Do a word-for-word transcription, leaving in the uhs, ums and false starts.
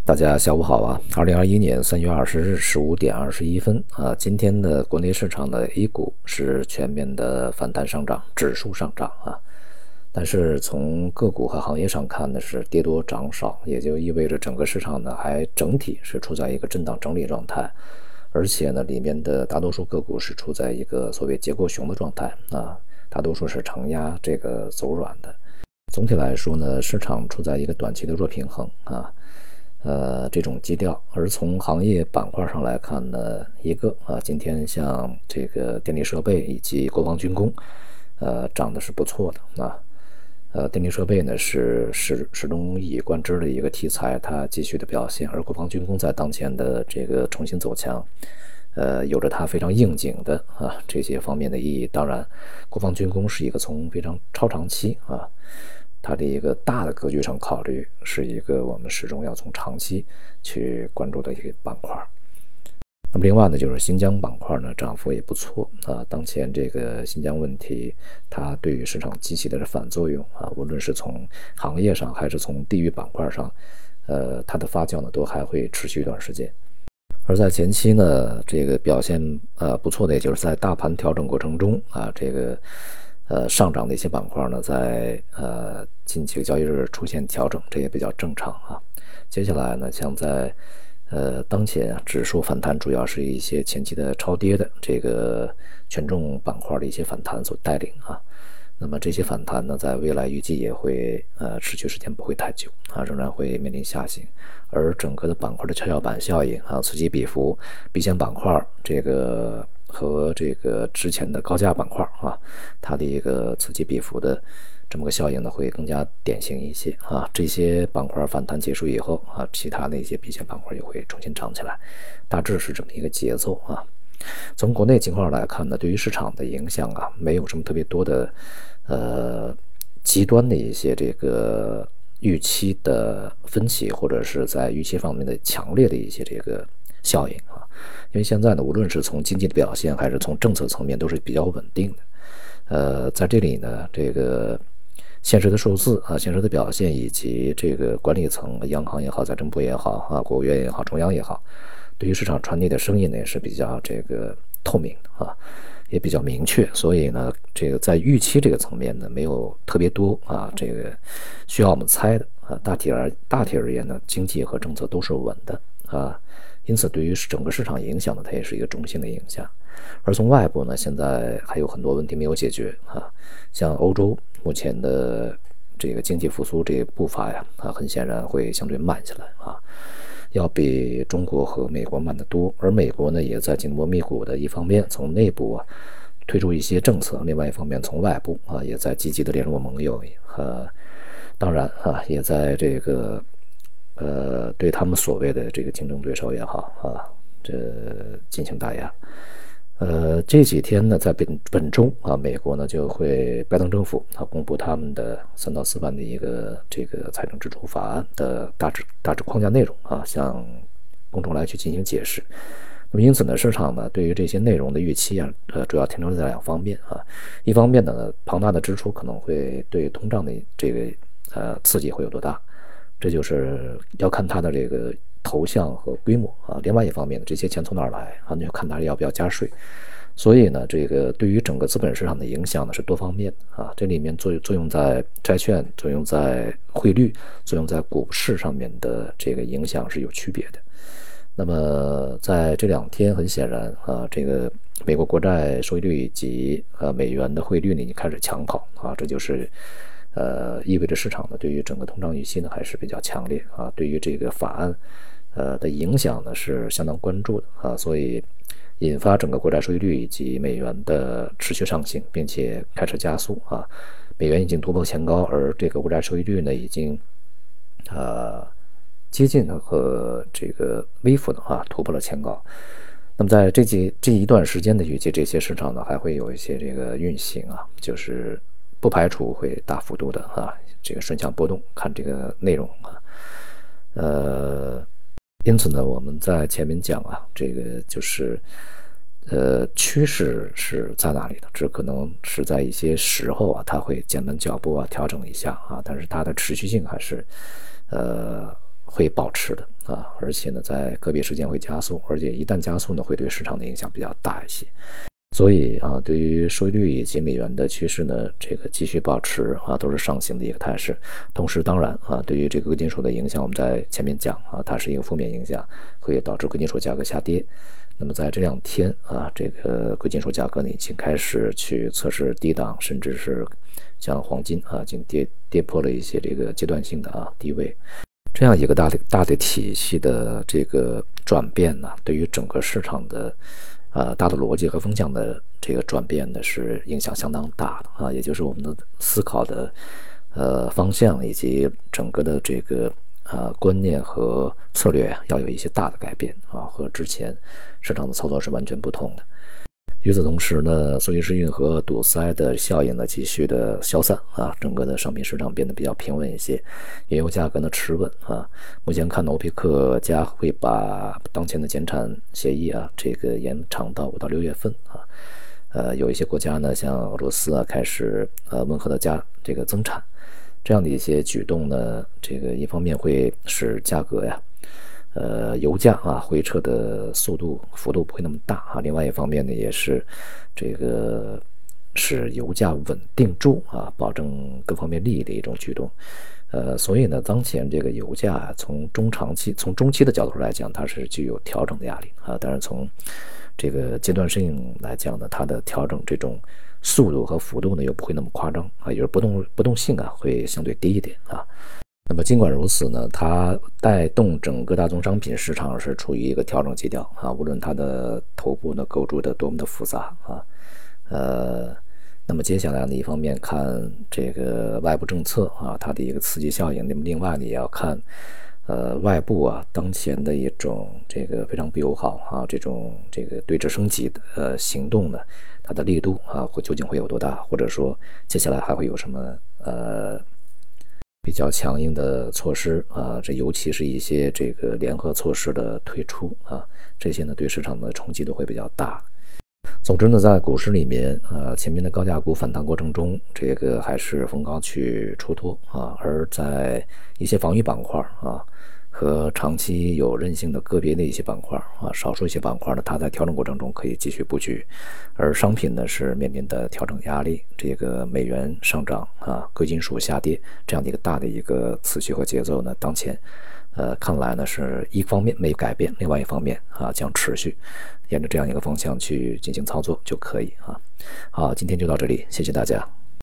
大家下午好啊！二零二一年三月二十日十五点二十一分啊，今天的国内市场的 A 股是全面的反弹上涨，指数上涨啊。但是从个股和行业上看呢，是跌多涨少，也就意味着整个市场呢还整体是处在一个震荡整理状态，而且呢里面的大多数个股是处在一个所谓结构熊的状态啊，大多数是承压这个走软的。总体来说呢，市场处在一个短期的弱平衡啊。呃，这种基调，而从行业板块上来看呢，一个啊，今天像这个电力设备以及国防军工，呃，涨的是不错的啊。呃，电力设备呢是始始终一以贯之的一个题材，它继续的表现，而国防军工在当前的这个重新走强，呃，有着它非常应景的啊这些方面的意义。当然，国防军工是一个从非常超长期啊。它的一个大的格局上考虑，是一个我们始终要从长期去关注的一个板块。那么另外呢，就是新疆板块呢涨幅也不错啊。当前这个新疆问题，它对于市场激起的是反作用啊，无论是从行业上还是从地域板块上，呃，它的发酵呢都还会持续一段时间。而在前期呢，这个表现呃不错的，也就是在大盘调整过程中啊，这个。呃，上涨的一些板块呢，在呃近几个交易日出现调整，这也比较正常啊。接下来呢，像在呃当前啊，指数反弹主要是一些前期的超跌的这个权重板块的一些反弹所带领啊。那么这些反弹呢，在未来预计也会呃持续时间不会太久啊，仍然会面临下行。而整个的板块的跷跷板效应啊，此起彼伏，避险板块这个。和这个之前的高价板块啊，它的一个此起彼伏的这么个效应呢，会更加典型一些啊。这些板块反弹结束以后啊，其他的一些避险板块也会重新涨起来，大致是这么一个节奏啊。从国内情况来看呢，对于市场的影响啊，没有什么特别多的呃极端的一些这个预期的分歧，或者是在预期方面的强烈的一些这个效应啊。因为现在呢，无论是从经济的表现还是从政策层面，都是比较稳定的。呃，在这里呢，这个现实的数字啊，现实的表现，以及这个管理层、央行也好，财政部也好啊，国务院也好，中央也好，对于市场传递的声音呢，也是比较这个透明的啊，也比较明确。所以呢，这个在预期这个层面呢，没有特别多啊，这个需要我们猜的啊。大体而大体而言呢，经济和政策都是稳的啊。因此，对于整个市场影响呢，它也是一个中性的影响。而从外部呢，现在还有很多问题没有解决啊，像欧洲目前的这个经济复苏这个步伐呀，啊，很显然会相对慢下来啊，要比中国和美国慢得多。而美国呢，也在紧锣密鼓的，一方面从内部啊推出一些政策，另外一方面从外部啊也在积极的联络盟友，呃，当然啊，也在这个。呃，对他们所谓的这个竞争对手也好啊，这进行打压。呃，这几天呢，在本本周啊，美国呢就会拜登政府啊公布他们的三到四万的一个这个财政支出法案的大致大致框架内容啊，向公众来去进行解释。那么因此呢，市场呢对于这些内容的预期啊，呃，主要停留在两方面啊。一方面呢，庞大的支出可能会对通胀的这个呃刺激会有多大。这就是要看它的这个头项和规模啊。另外一方面呢，这些钱从哪儿来啊？那就看它要不要加税。所以呢，这个对于整个资本市场的影响呢是多方面的啊。这里面作作用在债券、作用在汇率、作用在股市上面的这个影响是有区别的。那么在这两天，很显然啊，这个美国国债收益率以及呃美元的汇率呢已经开始抢跑啊，这就是。呃，意味着市场呢对于整个通胀预期呢还是比较强烈啊，对于这个法案呃的影响呢是相当关注的啊，所以引发整个国债收益率以及美元的持续上行，并且开始加速啊，美元已经突破前高，而这个国债收益率呢已经呃接近和这个微幅的啊突破了前高。那么在这几这一段时间的预计，这些市场呢还会有一些这个运行啊，就是。不排除会大幅度的啊，这个顺向波动，看这个内容啊，呃，因此呢，我们在前面讲啊，这个就是，呃，趋势是在哪里的？这可能是在一些时候啊，它会减慢脚步啊，调整一下啊，但是它的持续性还是，呃，会保持的啊，而且呢，在个别时间会加速，而且一旦加速呢，会对市场的影响比较大一些。所以啊，对于收益率以及美元的趋势呢，这个继续保持啊，都是上行的一个态势。同时，当然啊，对于这个贵金属的影响，我们在前面讲啊，它是一个负面影响，会导致贵金属价格下跌。那么在这两天啊，这个贵金属价格呢，已经开始去测试低档，甚至是像黄金啊，已经跌跌破了一些这个阶段性的啊低位。这样一个大的大的体系的这个转变呢，对于整个市场的呃大的逻辑和风向的这个转变呢，是影响相当大的啊，也就是我们的思考的呃方向以及整个的这个呃观念和策略要有一些大的改变啊，和之前市场的操作是完全不同的。与此同时呢，苏伊士运河堵塞的效应呢继续的消散啊，整个的商品市场变得比较平稳一些，原油价格呢持稳啊。目前看欧佩克加会把当前的减产协议啊，这个延长到五到六月份啊。呃，有一些国家呢，像俄罗斯啊，开始呃温和的加这个增产，这样的一些举动呢，这个一方面会使价格呀。呃，油价啊回撤的速度幅度不会那么大啊。另外一方面呢，也是这个使油价稳定住啊，保证各方面利益的一种举动。呃，所以呢，当前这个油价从中长期、从中期的角度来讲，它是具有调整的压力啊。当然，从这个阶段性来讲呢，它的调整这种速度和幅度呢，又不会那么夸张啊，也就是波动波动性啊会相对低一点啊。那么尽管如此呢，它带动整个大宗商品市场是处于一个调整基调啊，无论它的头部呢构筑的多么的复杂啊，呃，那么接下来呢，一方面看这个外部政策啊，它的一个刺激效应，那么另外呢也要看呃外部啊当前的一种这个非常不友好啊，这种这个对峙升级的呃行动呢，它的力度啊会究竟会有多大，或者说接下来还会有什么呃。比较强硬的措施啊，这尤其是一些这个联合措施的退出啊，这些呢对市场的冲击都会比较大。总之呢，在股市里面，呃，前面的高价股反弹过程中，这个还是逢高去出脱啊，而在一些防御板块啊和长期有韧性的个别的一些板块啊，少数一些板块呢，它在调整过程中可以继续布局，而商品呢是面临的调整压力，这个美元上涨啊，贵金属下跌这样的一个大的一个次序和节奏呢，当前呃看来呢是一方面没改变，另外一方面啊将持续沿着这样一个方向去进行操作就可以啊。好，今天就到这里，谢谢大家。